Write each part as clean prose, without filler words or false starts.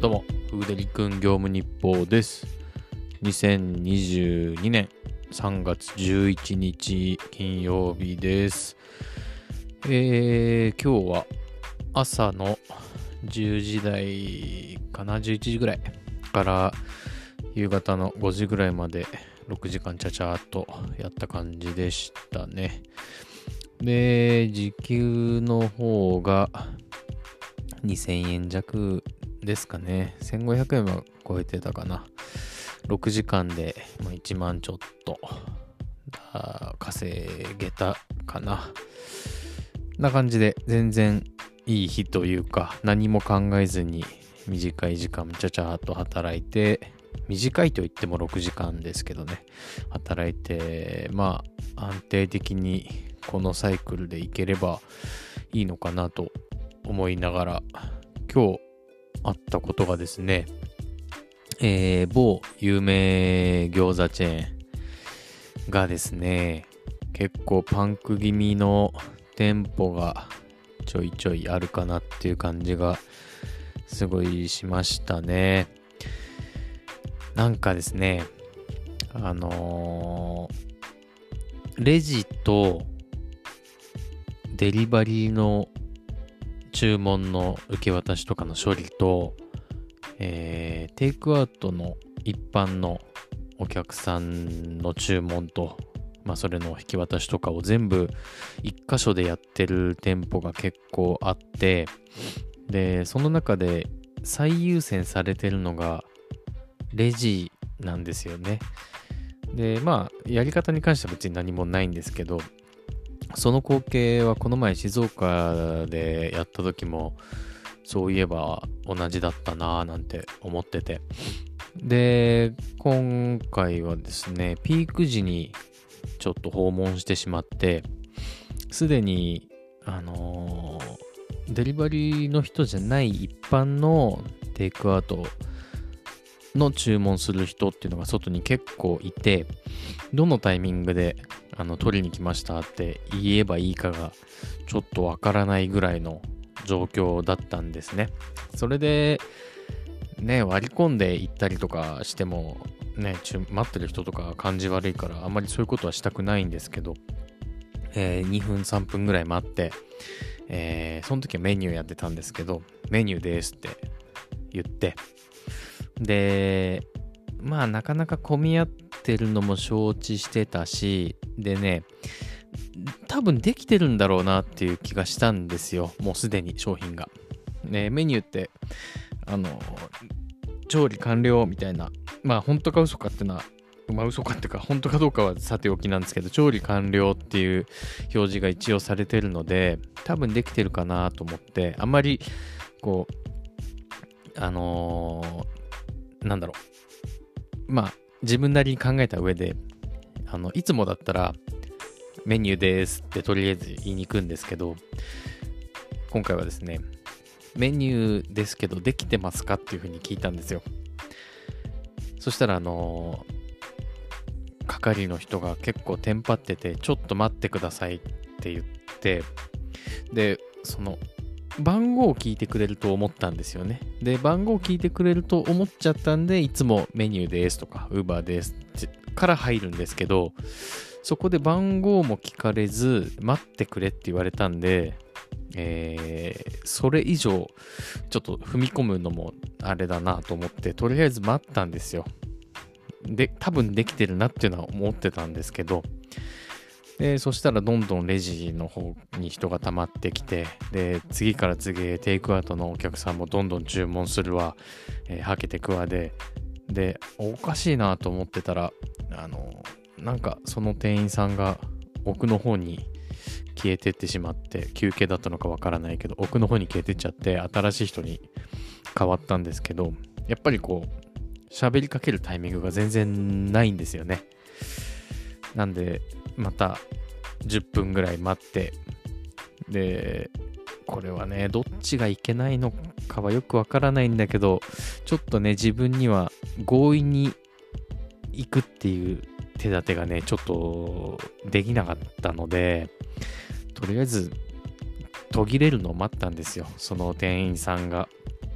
どうも、フーデリ君業務日報です。2022年3月11日金曜日です。今日は朝の10時台かな、11時ぐらいから夕方の5時ぐらいまで6時間ちゃちゃーっとやった感じでしたね。で、時給の方が2000円弱ですかね。1500円は超えてたかな。6時間で1万ちょっと稼げたかな。な感じで全然いい日というか、何も考えずに短い時間ちゃちゃっと働いて、短いと言っても6時間ですけどね、働いて安定的にこのサイクルでいければいいのかなと思いながら、今日あったことがですね、某有名餃子チェーンがですね、結構パンク気味の店舗がちょいちょいあるかなっていう感じがすごいしましたね。なんかですね、レジとデリバリーの注文の受け渡しとかの処理と、テイクアウトの一般のお客さんの注文と、それの引き渡しとかを全部一箇所でやってる店舗が結構あって、でその中で最優先されてるのがレジなんですよね。でやり方に関しては別に何もないんですけど、その光景はこの前静岡でやった時もそういえば同じだったなぁなんて思ってて、で今回はですね、ピーク時にちょっと訪問してしまって、すでにデリバリーの人じゃない一般のテイクアウトの注文する人っていうのが外に結構いて、どのタイミングで取りに来ましたって言えばいいかがちょっとわからないぐらいの状況だったんですね。それでね、割り込んで行ったりとかしてもね、待ってる人とか感じ悪いから、あんまりそういうことはしたくないんですけど、2分3分ぐらい待って、その時はメニューやってたんですけど、メニューですって言って、でなかなか混み合ってるのも承知してたし、でね、多分できてるんだろうなっていう気がしたんですよ。もうすでに商品が、メニューって調理完了みたいな、本当か嘘かっていうのは、嘘かっていうか本当かどうかはさておきなんですけど、調理完了っていう表示が一応されてるので、多分できてるかなと思って、あんまりこう自分なりに考えた上で、いつもだったらメニューですってとりあえず言いに行くんですけど、今回はですね、メニューですけどできてますかっていうふうに聞いたんですよ。そしたら係の人が結構テンパってて、ちょっと待ってくださいって言って、でその番号を聞いてくれると思ったんですよね。で番号を聞いてくれると思っちゃったんで、いつもメニューですとか Uber ですから入るんですけど、そこで番号も聞かれず待ってくれって言われたんで、それ以上ちょっと踏み込むのもあれだなと思って、とりあえず待ったんですよ。で多分できてるなっていうのは思ってたんですけど、でそしたらどんどんレジの方に人が溜まってきて、で次から次へテイクアウトのお客さんもどんどん注文するわ、はけてくわでおかしいなと思ってたら、なんかその店員さんが奥の方に消えてってしまって、休憩だったのかわからないけど奥の方に消えてっちゃって、新しい人に変わったんですけど、やっぱりこう喋りかけるタイミングが全然ないんですよね。なんでまた10分ぐらい待って、でこれはね、どっちがいけないのかはよくわからないんだけど、ちょっとね自分には強引に行くっていう手立てがねちょっとできなかったので、とりあえず途切れるのを待ったんですよ。その店員さんが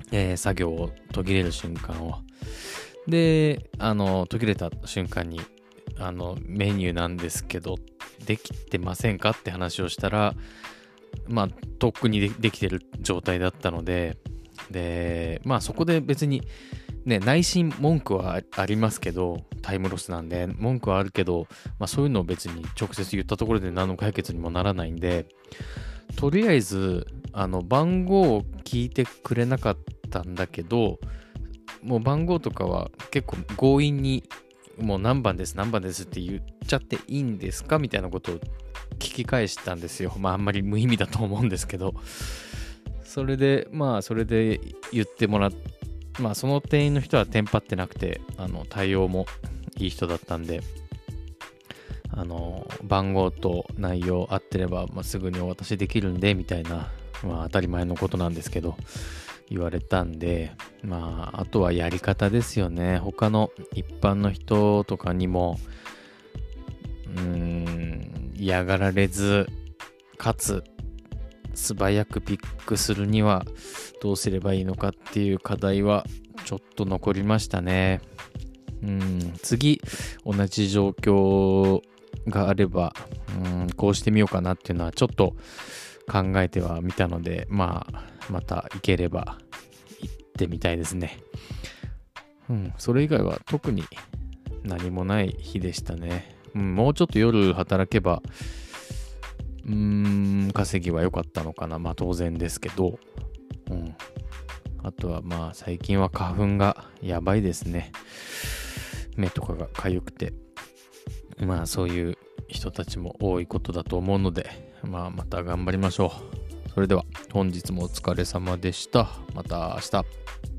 作業を途切れる瞬間を。で、途切れた瞬間に、メニューなんですけど、できてませんかって話をしたら、まあ、とっくにできてる状態だったので、で、まあそこで別に、ね、内心文句はありますけど、タイムロスなんで、文句はあるけど、まあそういうのを別に直接言ったところで何の解決にもならないんで、とりあえず、番号を聞いてくれなかったんだけど、もう番号とかは結構強引に、もう何番ですって言っちゃっていいんですかみたいなことを聞き返したんですよ。まああんまり無意味だと思うんですけど。それで言ってもらって、まあその店員の人はテンパってなくて、対応もいい人だったんで、番号と内容合ってれば、まあ、すぐにお渡しできるんでみたいな、まあ当たり前のことなんですけど言われたんで、まああとはやり方ですよね。他の一般の人とかにも嫌がられずかつ素早くピックするにはどうすればいいのかっていう課題はちょっと残りましたね。次同じ状況があればこうしてみようかなっていうのはちょっと考えてはみたので、まあまた行ければ行ってみたいですね。それ以外は特に何もない日でしたね。もうちょっと夜働けば稼ぎは良かったのかな。まあ当然ですけど、あとはまあ最近は花粉がやばいですね。目とかが痒くて、まあそういう人たちも多いことだと思うので、まあまた頑張りましょう。それでは本日もお疲れ様でした。また明日。